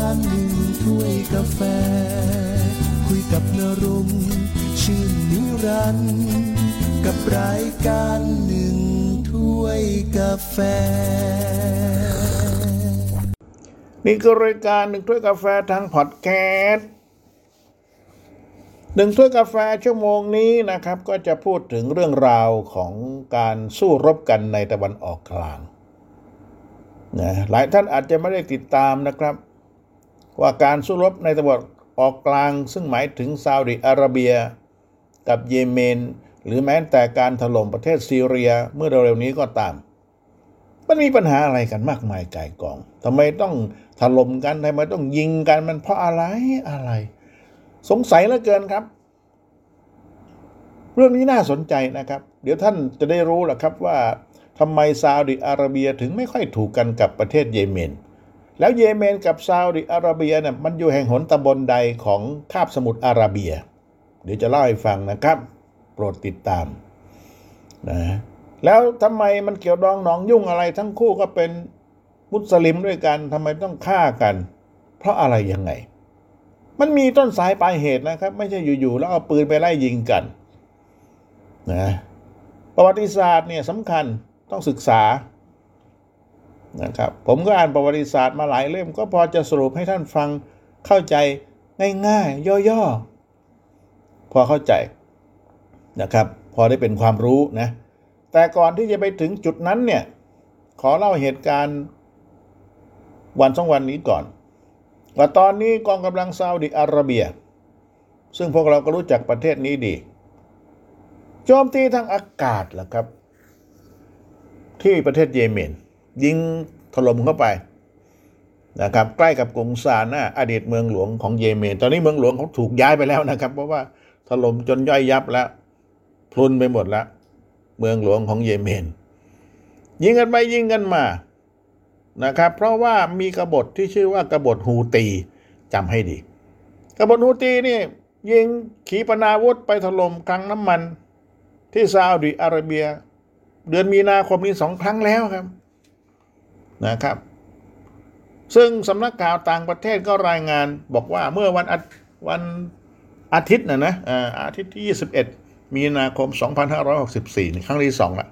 การ1 ถ้วยกาแฟคุยกับนรงค์ชื่นนิรันดร์กับรายการ1 ถ้วยกาแฟนี่คือรายการ1 ถ้วยกาแฟทางพอดแคสต์1 ถ้วยกาแฟชั่วโมงนี้นะครับก็จะพูดถึงเรื่องราวของการสู้รบกันในตะวันออกกลางนะหลายท่านอาจจะไม่ได้ติดตามนะครับว่าการสู้รบในตะวันออกกลางซึ่งหมายถึงซาอุดิอาระเบียกับเยเมนหรือแม้แต่การถล่มประเทศซีเรียเมื่อเร็วๆนี้ก็ตามมันมีปัญหาอะไรกันมากมายก่ายกองทำไมต้องถล่มกันทำไมต้องยิงกันมันเพราะอะไรสงสัยเหลือเกินครับเรื่องนี้น่าสนใจนะครับเดี๋ยวท่านจะได้รู้แหละครับว่าทำไมซาอุดิอาระเบียถึงไม่ค่อยถูกกันกับประเทศเยเมนแล้วเยเมนกับซาอุดิอาระเบียเนี่ยมันอยู่แห่งหนตำบลใดของคาบสมุทรอาระเบียเดี๋ยวจะเล่าให้ฟังนะครับโปรดติดตามนะแล้วทำไมมันเกี่ยวดองหนองยุ่งอะไรทั้งคู่ก็เป็นมุสลิมด้วยกันทำไมต้องฆ่ากันเพราะอะไรยังไงมันมีต้นสายปลายเหตุนะครับไม่ใช่อยู่ๆแล้วเอาปืนไปไล่ยิงกันนะประวัติศาสตร์เนี่ยสำคัญต้องศึกษานะครับผมก็อ่านประวัติศาสตร์มาหลายเล่มก็พอจะสรุปให้ท่านฟังเข้าใจง่ายๆย่อๆพอเข้าใจนะครับพอได้เป็นความรู้นะแต่ก่อนที่จะไปถึงจุดนั้นเนี่ยขอเล่าเหตุการณ์วัน2 วันนี้ก่อนว่าตอนนี้กองกำลังซาอุดิอาระเบียซึ่งพวกเราก็รู้จักประเทศนี้ดีโจมตีทางอากาศล่ะครับที่ประเทศเยเมนยิงถล่มเข้าไปนะครับใกล้กับกรุงซาน่าอดีตเมืองหลวงของเยเมนตอนนี้เมืองหลวงเขาถูกย้ายไปแล้วนะครับเพราะว่าถล่มจนย่อยยับแล้วพลุนไปหมดแล้วเมืองหลวงของเยเมนยิงกันไปยิงกันมานะครับเพราะว่ามีกบฏที่ชื่อว่ากบฏฮูตีจำให้ดีกบฏฮูตีนี่ยิงขีปนาวุธไปถล่มคลังน้ำมันที่ซาอุดิอาระเบียเดือนมีนาคมนี้2 ครั้งแล้วครับนะครับซึ่งสำนักข่าวต่างประเทศก็รายงานบอกว่าเมื่อวันอาทิตย์อาทิตย์ที่21 มีนาคม 2564ครั้งที่2ละ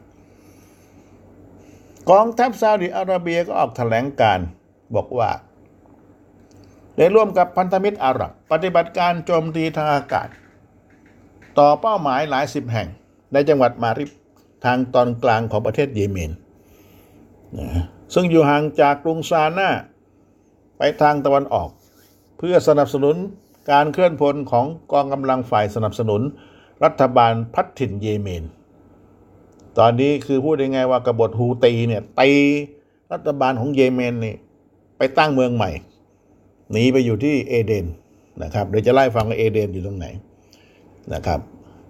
กองทัพซาอุดิอาระเบียก็ออกแถลงการบอกว่าได้ร่วมกับพันธมิตรอาหรับปฏิบัติการโจมตีทางอากาศต่อเป้าหมายหลาย10 แห่งในจังหวัดมาริบทางตอนกลางของประเทศเยเมนซึ่งอยู่ห่างจากกรุงซาน่าไปทางตะวันออกเพื่อสนับสนุนการเคลื่อนพลของกองกำลังฝ่ายสนับสนุนรัฐบาลพัฒถิ่นเยเมนตอนนี้คือพูดยังไงว่ากบฏฮูตีเนี่ยตีรัฐบาลของเยเมนนี่ไปตั้งเมืองใหม่หนีไปอยู่ที่เอเดนนะครับเดี๋ยวจะไล่ฟังว่าเอเดนอยู่ตรงไหนนะครับ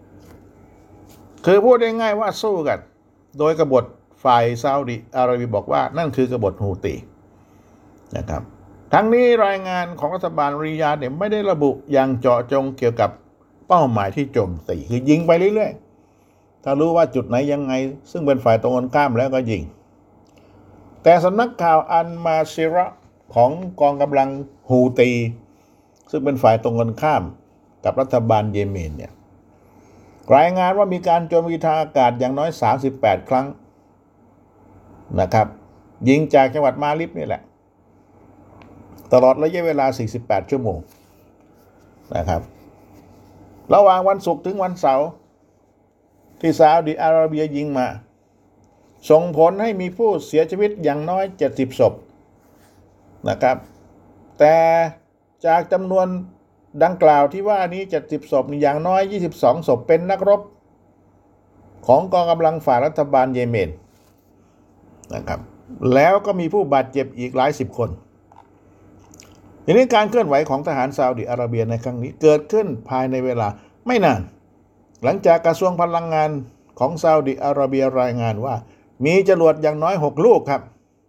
คือพูดง่ายๆว่าสู้กันโดยกบฏฝ่ายซาอุดิอาระเบียบอกว่านั่นคือกบฏฮูตีนะครับทั้งนี้รายงานของรัฐบาลริยาดเนี่ยไม่ได้ระบุอย่างเจาะจงเกี่ยวกับเป้าหมายที่โจมตีคือยิงไปเรื่อยๆถ้ารู้ว่าจุดไหนยังไงซึ่งเป็นฝ่ายตรงกันข้ามแล้วก็ยิงแต่สำนักข่าวอันมาซิระของกองกำลังฮูตีซึ่งเป็นฝ่ายตรงกันข้ามกับรัฐบาลเยเมนเนี่ยรายงานว่ามีการโจมตีทางอากาศอย่างน้อย38 ครั้งนะครับยิงจากจังหวัดมาริบนี่แหละตลอดระยะเวลา48 ชั่วโมงนะครับระหว่างวันศุกร์ถึงวันเสาร์ที่ซาอุดิอาระเบียยิงมาส่งผลให้มีผู้เสียชีวิตอย่างน้อย70 ศพนะครับแต่จากจำนวนดังกล่าวที่ว่านี้70 ศพอย่างน้อย22 ศพเป็นนักรบของกองกำลังฝ่ายรัฐบาลเยเมนนะครับแล้วก็มีผู้บาดเจ็บอีกหลาย10 คนทีนี้การเคลื่อนไหวของทหารซาอุดิอาระเบียในครั้งนี้เกิดขึ้นภายในเวลาไม่นานหลังจากกระทรวงพลังงานของซาอุดิอาระเบียรายงานว่ามีจรวดอย่างน้อย6 ลูกครับ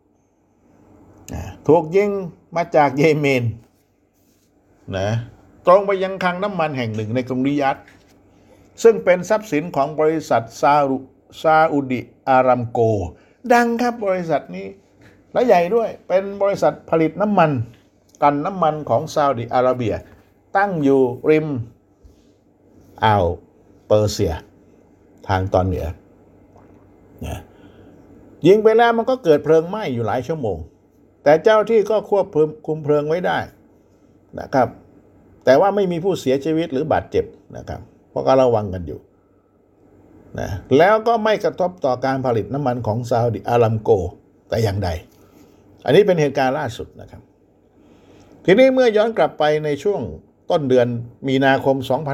ถูกยิงมาจากเยเมนนะตรงไปยังคลังน้ำมันแห่งหนึ่งในกรุงริยาดซึ่งเป็นทรัพย์สินของบริษัทซาอุดิอารามโกดังครับบริษัทนี้และใหญ่ด้วยเป็นบริษัทผลิตน้ำมันกลั่นน้ำมันของซาอุดิอาระเบียตั้งอยู่ริมอ่าวเปอร์เซียทางตอนเหนือนะยิงไปแล้วมันก็เกิดเพลิงไหม้อยู่หลายชั่วโมงแต่เจ้าที่ก็ควบคุมเพลิงไว้ได้นะครับแต่ว่าไม่มีผู้เสียชีวิตหรือบาดเจ็บนะครับเพราะก็ระวังกันอยู่นะแล้วก็ไม่กระทบต่อการผลิตน้ำมันของซาอุดิอารามโกแต่อย่างใดอันนี้เป็นเหตุการณ์ล่าสุดนะครับทีนี้เมื่อย้อนกลับไปในช่วงต้นเดือนมีนาคม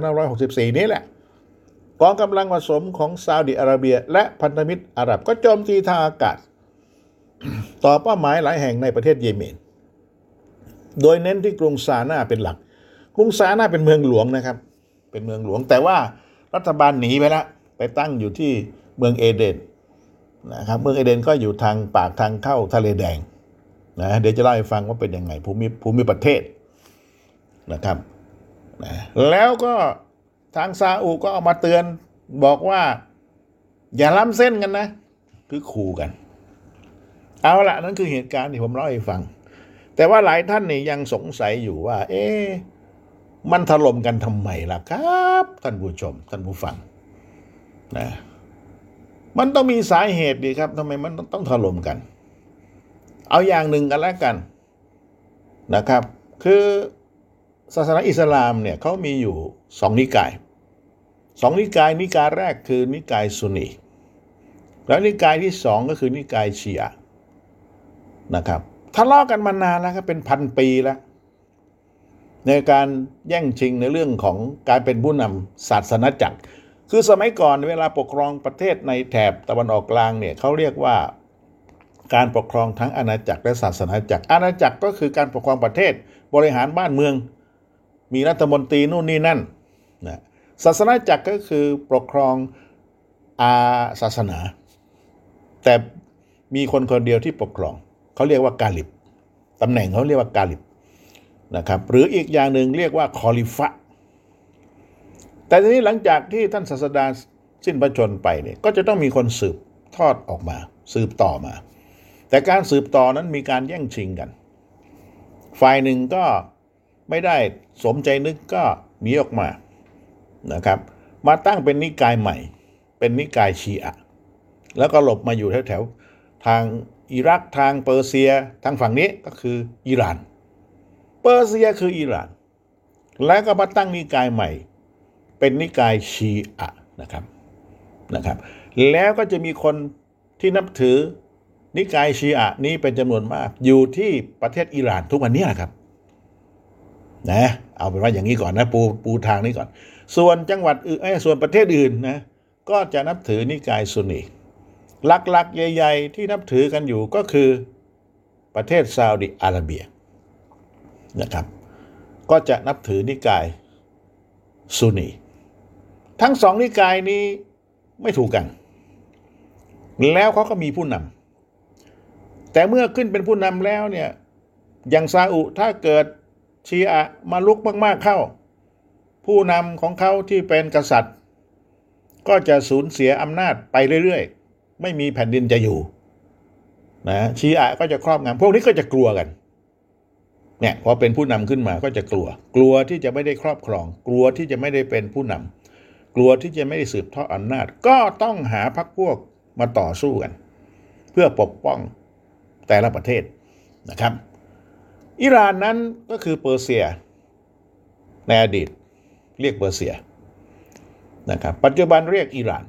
2564 นี้แหละกองกำลังผสมของซาอุดิอาระเบียและพันธมิตรอาหรับก็โจมตีทางอากาศ ต่อเป้าหมายหลายแห่งในประเทศเยเมนโดยเน้นที่กรุงซานาเป็นหลักกรุงซานาเป็นเมืองหลวงนะครับเป็นเมืองหลวงแต่ว่ารัฐบาลหนีไปแล้วไปตั้งอยู่ที่เมืองเอเดนนะครับเมืองเอเดนก็อยู่ทางปากทางเข้าทะเลแดงนะเดี๋ยวจะเล่าให้ฟังว่าเป็นยังไงภูมิประเทศนะครับนะแล้วก็ทางซาอุก็เอามาเตือนบอกว่าอย่าล้ำเส้นกันนะคือขู่กันเอาละนั่นคือเหตุการณ์ที่ผมเล่าให้ฟังแต่ว่าหลายท่านนี่ยังสงสัยอยู่ว่ามันถล่มกันทำไมล่ะครับท่านผู้ชมท่านผู้ฟังนะมันต้องมีสาเหตุดีครับทำไมมันต้องถล่มกันเอาอย่างหนึ่งกันแล้วกันนะครับคือศาสนาอิสลามเนี่ยเขามีอยู่2 นิกายนิกายแรกคือนิกายซุนนีแล้วนิกายที่2ก็คือนิกายชีอะห์นะครับทะเลาะกันมานานแล้วครับเป็นพันปีแล้วในการแย่งชิงในเรื่องของการเป็นผู้นำศาสนาจักรคือสมัยก่อนเวลาปกครองประเทศในแถบตะวันออกกลางเนี่ยเขาเรียกว่าการปกครองทั้งอาณาจักรและศาสนาจักรอาณาจักรก็คือการปกครองประเทศบริหารบ้านเมืองมีรัฐมนตรีนู่นนี่นั่นนะศาสนาจักรก็คือปกครองศาสนาแต่มีคนเดียวที่ปกครองเขาเรียกว่ากาลิบตำแหน่งเขาเรียกว่ากาลิบนะครับหรืออีกอย่างหนึ่งเรียกว่าคอลิฟะแต่ทีนี้หลังจากที่ท่านศาสดาสิ้นพระชนม์ไปเนี่ยก็จะต้องมีคนสืบทอดออกมาสืบต่อมาแต่การสืบต่อนั้นมีการแย่งชิงกันฝ่ายหนึ่งก็ไม่ได้สมใจนึกก็หนีออกมานะครับมาตั้งเป็นนิกายใหม่เป็นนิกายชีอะห์แล้วก็หลบมาอยู่แถวทางอิรักทางเปอร์เซียทางฝั่งนี้ก็คืออิหร่านเปอร์เซียคืออิหร่านแล้วก็มาตั้งนิกายใหม่เป็นนิกายชีอะห์นะครับแล้วก็จะมีคนที่นับถือนิกายชีอะห์นี้เป็นจำนวนมากอยู่ที่ประเทศอิหร่านทุกวันนี้นะครับนะเอาเป็นว่าอย่างนี้ก่อนนะปูทางนี้ก่อนส่วนจังหวัดอื่นส่วนประเทศอื่นนะก็จะนับถือนิกายซุนนีหลักๆใหญ่ๆที่นับถือกันอยู่ก็คือประเทศซาอุดิอาระเบียนะครับก็จะนับถือนิกายซุนนีทั้ง2 นิกายนี้ไม่ถูกกันแล้วเขาก็มีผู้นำแต่เมื่อขึ้นเป็นผู้นำแล้วเนี่ยอย่างซาอุถ้าเกิดชีอะห์มาลุกมากๆเข้าผู้นำของเขาที่เป็นกษัตริย์ก็จะสูญเสียอำนาจไปเรื่อยๆไม่มีแผ่นดินจะอยู่นะชีอะห์ก็จะครอบงำพวกนี้ก็จะกลัวกันเนี่ยพอเป็นผู้นำขึ้นมาก็จะกลัวที่จะไม่ได้ครอบครองกลัวที่จะไม่ได้เป็นผู้นำกลัวที่จะไม่ได้สืบทอดอำนาจก็ต้องหาพรรคพวกมาต่อสู้กันเพื่อปกป้องแต่ละประเทศนะครับอิหร่านนั้นก็คือเปอร์เซียในอดีตเรียกเปอร์เซียนะครับปัจจุบันเรียกอิหร่าน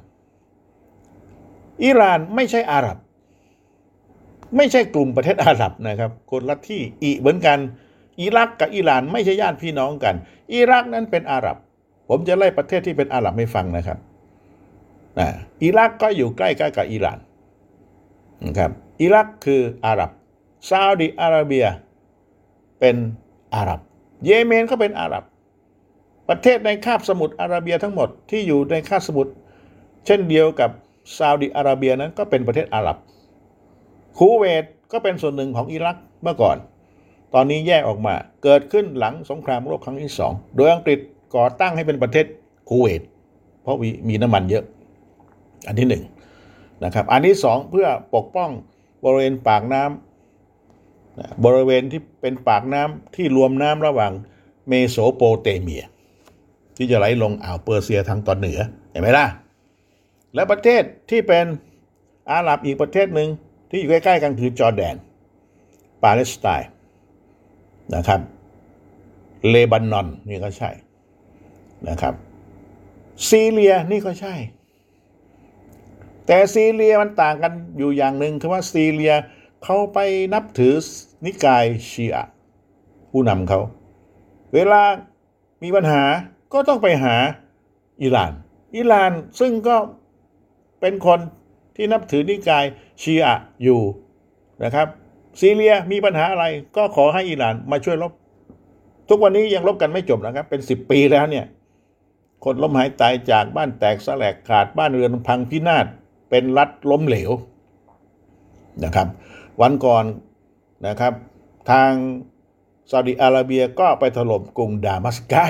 ไม่ใช่อาหรับไม่ใช่กลุ่มประเทศอาหรับนะครับคนละที่เหมือนกันอิรักกับอิหร่านไม่ใช่ญาติพี่น้องกันอิรักนั้นเป็นอาหรับผมจะไล่ประเทศที่เป็นอาหรับให้ฟังนะครับอิรักก็อยู่ใกล้ๆกับอิหร่านนะครับอิรักคืออาหรับซาอุดิอาระเบียเป็นอาหรับเยเมนก็เป็นอาหรับประเทศในคาบสมุทรอาระเบียทั้งหมดที่อยู่ในคาบสมุทรเช่นเดียวกับซาอุดิอาระเบียนั้นก็เป็นประเทศอาหรับคูเวตก็เป็นส่วนหนึ่งของอิรักเมื่อก่อนตอนนี้แยกออกมาเกิดขึ้นหลังสงครามโลกครั้งที่2โดยอังกฤษก่อตั้งให้เป็นประเทศคูเวตเพราะมีน้ำมันเยอะอันที่1นะครับอันที่2เพื่อปกป้องบริเวณปากน้บริเวณที่เป็นปากน้ำที่รวมน้ำระหว่างเมโสโปเตเมียที่จะไหลลงอ่าวเปอร์เซียทางตอนเหนือเห็นไหมล่ะและประเทศที่เป็นอาหรับอีกประเทศหนึ่งที่อยู่ใกล้ๆกันคือจอร์แดนปาเลสไตน์นะครับเลบานอนนี่ก็ใช่นะครับซีเรียนี่ก็ใช่แต่ซีเรียมันต่างกันอยู่อย่างหนึ่งคือว่าซีเรียเขาไปนับถือนิกายชีอะห์ผู้นำเขาเวลามีปัญหาก็ต้องไปหาอิหร่านซึ่งก็เป็นคนที่นับถือนิกายชีอะห์อยู่นะครับซีเรียมีปัญหาอะไรก็ขอให้อิหร่านมาช่วยรบทุกวันนี้ยังรบกันไม่จบนะครับเป็น10 ปีแล้วเนี่ยคนล้มหายตายจากบ้านแตกสลายขาดบ้านเรือนพังพินาศเป็นรัฐล้มเหลวนะครับวันก่อนนะครับทางซาอุดิอาระเบียก็ไปถล่มกรุงดามัสกัส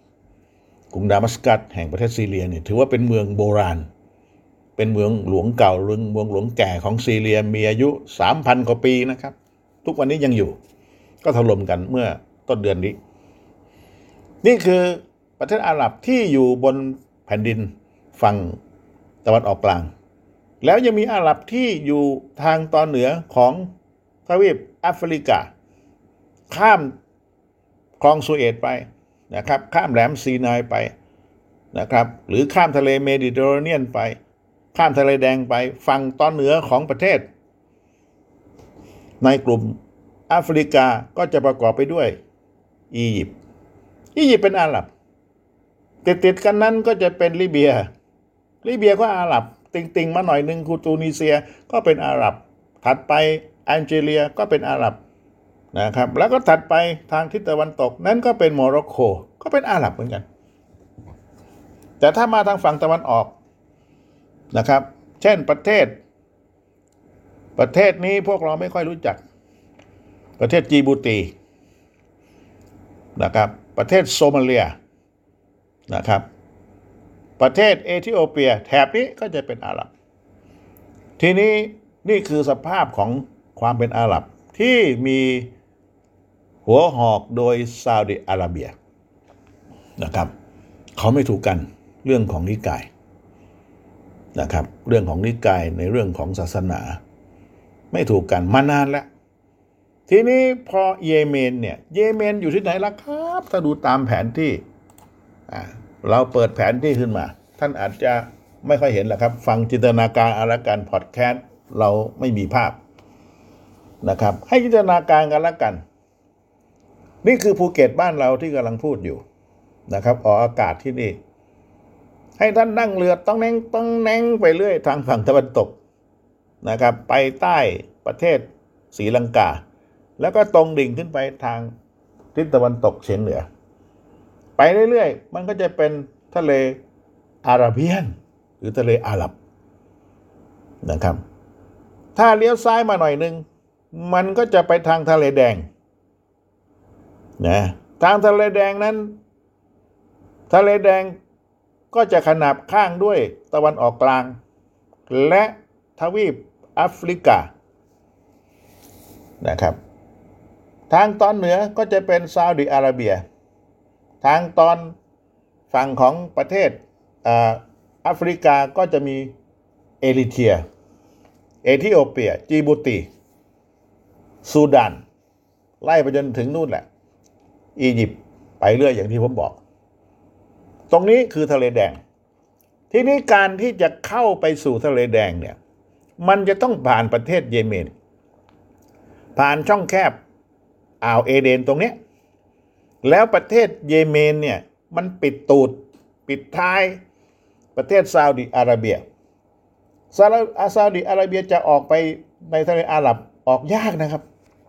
แห่งประเทศซีเรียเนี่ยถือว่าเป็นเมืองโบราณเป็นเมืองหลวงเก่าเมืองหลวงแก่ของซีเรียมีอายุ 3,000 กว่าปีนะครับทุกวันนี้ยังอยู่ก็ถล่มกันเมื่อต้นเดือนนี้นี่คือประเทศอาหรับที่อยู่บนแผ่นดินฝั่งตะวันออกกลางแล้วยังมีอาหรับที่อยู่ทางตอนเหนือของทวีปแอฟริกาข้ามคลองสุเอตไปนะครับข้ามแหลมซีนายไปนะครับหรือข้ามทะเลเมดิเตอร์เรเนียนไปข้ามทะเลแดงไปฝั่งตอนเหนือของประเทศในกลุ่มแอฟริกาก็จะประกอบไปด้วยอียิปต์เป็นอาหรับติดกันนั้นก็จะเป็นลิเบียก็อาหรับติงมาหน่อยนึงคือตูนิเซียก็เป็นอาหรับถัดไปแอนเจเลียก็เป็นอาหรับนะครับแล้วก็ถัดไปทางทิศตะวันตกนั้นก็เป็นโมร็อกโกก็เป็นอาหรับเหมือนกันแต่ถ้ามาทางฝั่งตะวันออกนะครับเช่นประเทศนี้พวกเราไม่ค่อยรู้จักประเทศจิบูตีนะครับประเทศโซมาเลียนะครับประเทศเอธิโอเปียแถบนี้ก็จะเป็นอาหรับทีนี้นี่คือสภาพของความเป็นอาหรับที่มีหัวหอกโดยซาอุดิอาระเบียนะครับเขาไม่ถูกกันเรื่องของนิกายนะครับเรื่องของนิกายในเรื่องของศาสนาไม่ถูกกันมานานแล้วทีนี้พอเยเมนอยู่ที่ไหนล่ะครับถ้าดูตามแผนที่เราเปิดแผนที่ขึ้นมาท่านอาจจะไม่ค่อยเห็นแหละครับฟังจินตนาการอะไรกันพอดแคสต์เราไม่มีภาพนะครับให้จินตนาการกันละกันนี่คือภูเก็ตบ้านเราที่กำลังพูดอยู่นะครับออกอากาศที่นี่ให้ท่านนั่งเรือต้องแน่งไปเรื่อยทางฝั่งตะวันตกนะครับไปใต้ประเทศศรีลังกาแล้วก็ตรงดิ่งขึ้นไปทางทิศตะวันตกเฉียงเหนือไปเรื่อยๆมันก็จะเป็นทะเลอาระเบียนหรือทะเลอาหรับนะครับถ้าเลี้ยวซ้ายมาหน่อยนึงมันก็จะไปทางทะเลแดงนะทางทะเลแดงนั้นทะเลแดงก็จะขนาบข้างด้วยตะวันออกกลางและทวีปแอฟริกานะครับทางตอนเหนือก็จะเป็นซาอุดิอาระเบียทางตอนฝั่งของประเทศแอฟริกาก็จะมีเอริเทรียเอธิโอเปียจิบูตีซูดานไล่ไปจนถึงนู่นแหละอียิปต์ไปเรื่อยอย่างที่ผมบอกตรงนี้คือทะเลแดงทีนี้การที่จะเข้าไปสู่ทะเลแดงเนี่ยมันจะต้องผ่านประเทศเยเมนผ่านช่องแคบอ่าวเอเดนตรงนี้แล้วประเทศเยเมนเนี่ยมันปิดท้ายประเทศซาอุดิอาระเบียซาอุดิอาระเบียจะออกไปในทะเลอาหรับออกยากนะครับ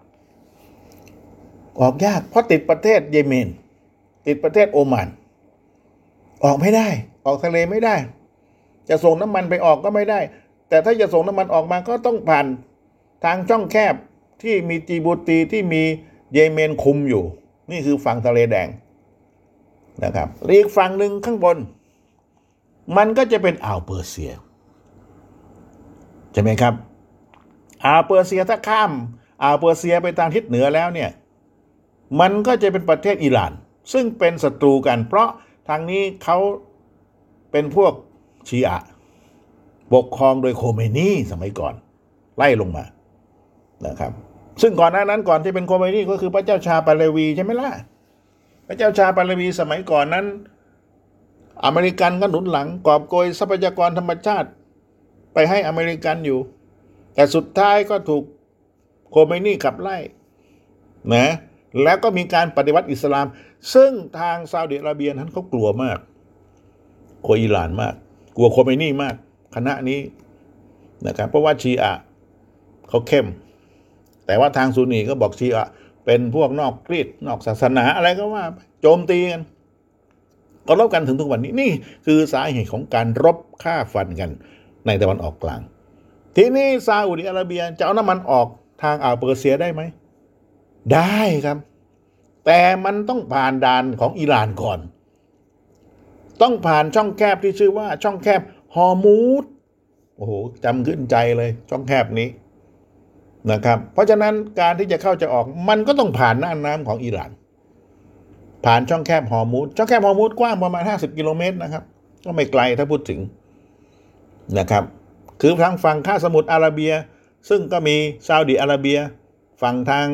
ออกยากเพราะติดประเทศเยเมนติดประเทศโอมานออกไม่ได้ออกทะเลไม่ได้จะส่งน้ำมันไปออกก็ไม่ได้แต่ถ้าจะส่งน้ำมันออกมาก็ต้องผ่านทางช่องแคบที่มีจิบูตีที่มีเยเมนคุมอยู่นี่คือฝั่งทะเลแดงนะครับอีกฝั่งหนึ่งข้างบนมันก็จะเป็นอ่าวเปอร์เซียใช่ไหมครับอ่าวเปอร์เซียถ้าข้ามอ่าวเปอร์เซียไปทางทิศเหนือแล้วเนี่ยมันก็จะเป็นประเทศอิหร่านซึ่งเป็นศัตรูกันเพราะทางนี้เขาเป็นพวกชีอะห์ปกครองโดยโคเมนีสมัยก่อนไล่ลงมานะครับซึ่งก่อนหน้านั้นก่อนที่เป็นโคเมนีก็คือพระเจ้าชาปาเลวีใช่ไหมล่ะพระเจ้าชาปาเลวีสมัยก่อนนั้นอเมริกันก็หนุนหลังกอบโกยทรัพยากรธรรมชาติไปให้อเมริกันอยู่แต่สุดท้ายก็ถูกโคเมนีขับไล่นะแล้วก็มีการปฏิวัติอิสลามซึ่งทางซาอุดิอาระเบียนั้นเขากลัวมากกลัวอิหร่านมากกลัวโคเมนีมากคณะนี้นะครับเพราะว่าชีอะห์เขาเข้มแต่ว่าทางซุนนีก็บอกชีอะห์เป็นพวกนอกคริสต์นอกศาสนาอะไรก็ว่าโจมตีกันก็รบกันถึงทุกวันนี้นี่คือสาเหตุของการรบฆ่าฟันกันในตะวันออกกลางทีนี้ซาอุดิอาระเบียจะเอาน้ำมันออกทางอ่าวเปอร์เซียได้ไหมได้ครับแต่มันต้องผ่านด่านของอิหร่านก่อนต้องผ่านช่องแคบที่ชื่อว่าช่องแคบฮอร์มูซโอ้โหจำขึ้นใจเลยช่องแคบนี้นะครับเพราะฉะนั้นการที่จะเข้าจะออกมันก็ต้องผ่านน่านน้ำของอิหร่านผ่านช่องแคบฮอร์มูซช่องแคบฮอร์มูซกว้างประมาณ50 กิโลเมตรนะครับก็ไม่ไกลถ้าพูดถึงนะครับคือทางฝั่งคาบสมุทรอาระเบียซึ่งก็มีซาอุดิอาระเบียฝั่งทาง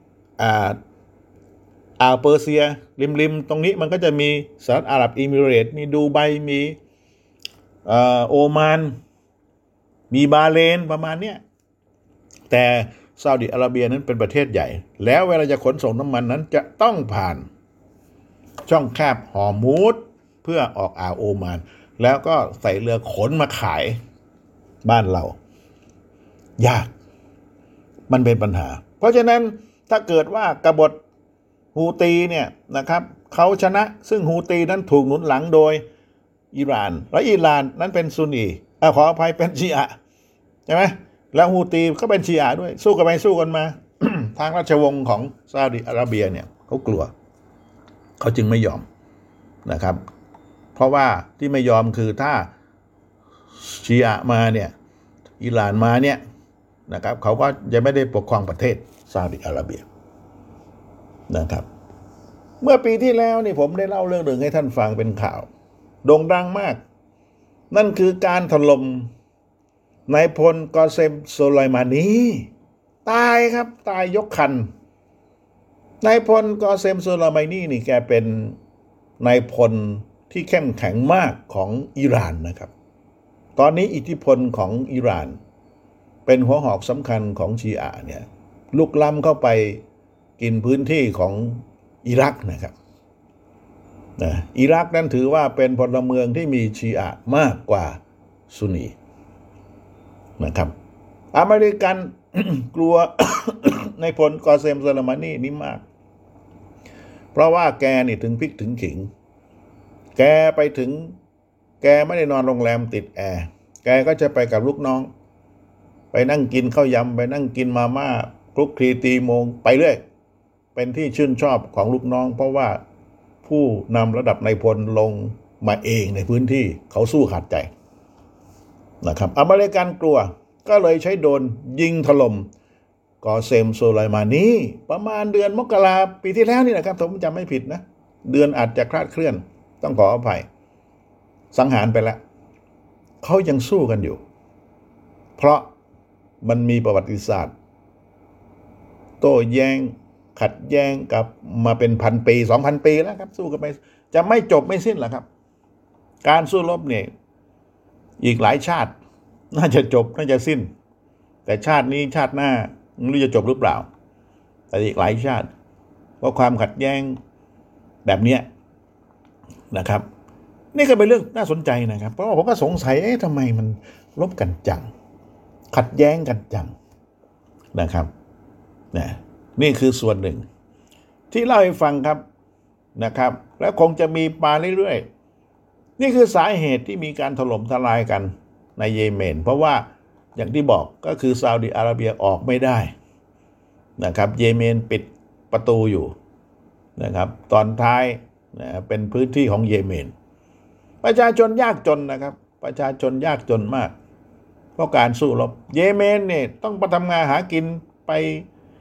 อ่าวเปอร์เซียริมตรงนี้มันก็จะมีสหรัฐอาหรับเอมิเรตส์มีดูไบมีโอมานมีบาห์เรนประมาณเนี้ยแต่ซาอุดิอาระเบียนั้นเป็นประเทศใหญ่แล้วเวลาจะขนส่งน้ำมันนั้นจะต้องผ่านช่องแคบฮอร์มูซเพื่อออกอ่าวโอมานแล้วก็ใส่เรือขนมาขายบ้านเรายากมันเป็นปัญหาเพราะฉะนั้นถ้าเกิดว่ากบฏฮูตีเนี่ยนะครับเขาชนะซึ่งฮูตีนั้นถูกหนุนหลังโดยอิหร่านและอิหร่านนั้นเป็นซุนนีขออภัยเป็นชีอะห์ใช่ไหมแล้วฮูตีก็เป็นชีอะห์ด้วยสู้กันไปสู้กันมา ทางราชวงศ์ของซาอุดิอาระเบียเนี่ยเขากลัวเขาจึงไม่ยอมนะครับเพราะว่าที่ไม่ยอมคือถ้าชีอะห์มาเนี่ยอิหร่านมาเนี่ยนะครับเขาก็จะไม่ได้ปกครองประเทศซาอุดิอาระเบียนะครับเมื่อปีที่แล้วนี่ผมได้เล่าเรื่องหนึ่งให้ท่านฟังเป็นข่าวโด่งดังมากนั่นคือการถล่มนายพลกอเซมโซไลมานีตายครับตายยกคันนายพลกอเซมโซไลมานีนี่แกเป็นนายพลที่เข้มแข็งมากของอิหร่านนะครับตอนนี้อิทธิพลของอิหร่านเป็นหัวหอกสำคัญของชีอะห์เนี่ยลุกล้ำเข้าไปกินพื้นที่ของอิรักนะครับอิรักนั้นถือว่าเป็นพลเมืองที่มีชีอะห์มากกว่าซุนนีนะครับอเมริกัน กลัว ในพลกอเซมโซไลมานีนี่มากเพราะว่าแกนี่ถึงพริกถึงขิงแกไปถึงแกไม่ได้นอนโรงแรมติดแอร์แกก็จะไปกับลูกน้องไปนั่งกินข้าวยำไปนั่งกินมาม่าคลุกคลีตีโมงไปเรื่อยเป็นที่ชื่นชอบของลูกน้องเพราะว่าผู้นำระดับนายพลลงมาเองในพื้นที่เขาสู้ขาดใจนะครับอเมริกันกลัวก็เลยใช้โดรนยิงถล่มกอเซมโซไลมานีประมาณเดือนมกราปีที่แล้วนี่นะครับผมจำไม่ผิดนะเดือนอาจจะคลาดเคลื่อนต้องขออภัยสังหารไปแล้วเขายังสู้กันอยู่เพราะมันมีประวัติศาสตร์โต้แย้งขัดแย้งกับมาเป็น1,000 ปี 2,000 ปีแล้วครับสู้กันไปจะไม่จบไม่สิ้นหรอกครับการสู้รบเนี่ยอีกหลายชาติน่าจะจบน่าจะสิ้นแต่ชาตินี้ชาติหน้าไม่รู้จะจบหรือเปล่าแต่อีกหลายชาติเพราะความขัดแย้งแบบนี้นะครับนี่ก็เป็นเรื่องน่าสนใจนะครับเพราะว่าผมก็สงสัยทำไมมันรบกันจังขัดแย้งกันจังนะครับนี่คือส่วนหนึ่งที่เล่าให้ฟังครับนะครับและคงจะมีมาเรื่อยๆนี่คือสาเหตุที่มีการถล่มทลายกันในเยเมนเพราะว่าอย่างที่บอกก็คือซาอุดิอาระเบียออกไม่ได้นะครับเยเมนปิดประตูอยู่นะครับตอนท้ายเป็นพื้นที่ของเยเมนประชาชนยากจนนะครับประชาชนยากจนมากเพราะการสู้รบเยเมนเนี่ยต้องไปทำงานหากินไป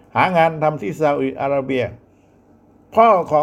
หางานทำที่ซาอุดิอาระเบียพ่อของ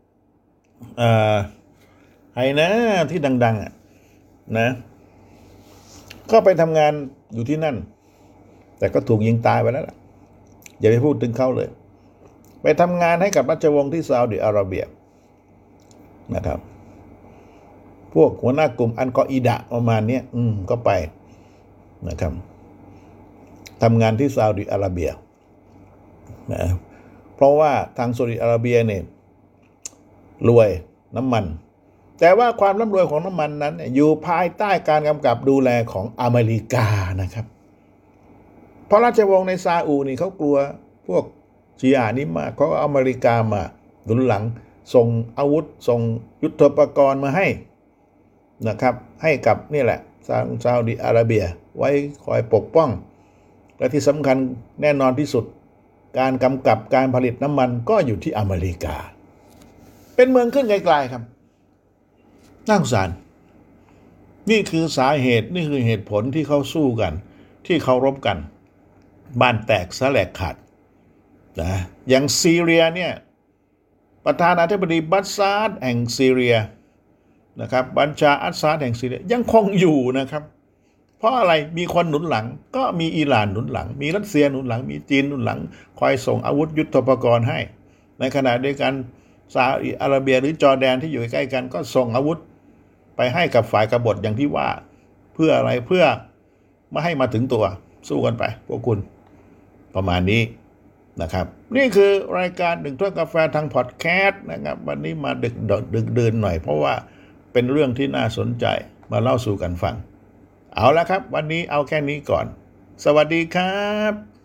ไอ้นะที่ดังๆนะก็ไปทำงานอยู่ที่นั่นแต่ก็ถูกยิงตายไปแล้วล่ะอย่าไปพูดถึงเขาเลยไปทำงานให้กับราชวงศ์ที่ซาอุดิอาระเบียนะครับพวกหัวหน้ากลุ่มอันกออิดะประมาณนี้ก็ไปนะครับทำงานที่ซาอุดิอาระเบียนะเพราะว่าทางซาอุดิอาระเบียเนี่ยรวยน้ำมันแต่ว่าความร่ำรวยของน้ำมันนั้นอยู่ภายใต้การกำกับดูแลของอเมริกานะครับเพราะราชวงศ์ในซาอุนี่เขากลัวพวกชีอะห์นี้มากเขาเอาอเมริกามาหนุนหลังส่งอาวุธส่งยุทโธปกรณ์มาให้นะครับให้กับนี่แหละซาอุดิอาระเบียไว้คอยปกป้องและที่สำคัญแน่นอนที่สุดการกำกับการผลิตน้ำมันก็อยู่ที่อเมริกาเป็นเมืองขึ้นไกลๆครับน่าสงสารนี่คือสาเหตุนี่คือเหตุผลที่เขาสู้กันที่เขารบกันบ้านแตกสลายขาดนะอย่างซีเรียเนี่ยประธานาธิบดีบัชชาร์แห่งซีเรียนะครับบัญชาอัสซาดแห่งซีเรียยังคงอยู่นะครับเพราะอะไรมีคนหนุนหลังก็มีอิหร่านหนุนหลังมีรัสเซียหนุนหลังมีจีนหนุนหลังคอยส่งอาวุธยุทโธปกรณ์ให้ในขณะเดียวกันซาอุดิอาระเบียหรือจอร์แดนที่อยู่ใกล้กันก็ส่งอาวุธไปให้กับฝ่ายกบฏอย่างที่ว่าเพื่ออะไรเพื่อไม่ให้มาถึงตัวสู้กันไปพวกคุณประมาณนี้นะครับนี่คือรายการ1 ถ้วยกาแฟทางพอดแคสต์นะครับวันนี้มาดึกเดินหน่อยเพราะว่าเป็นเรื่องที่น่าสนใจมาเล่าสู่กันฟังเอาละครับวันนี้เอาแค่นี้ก่อนสวัสดีครับ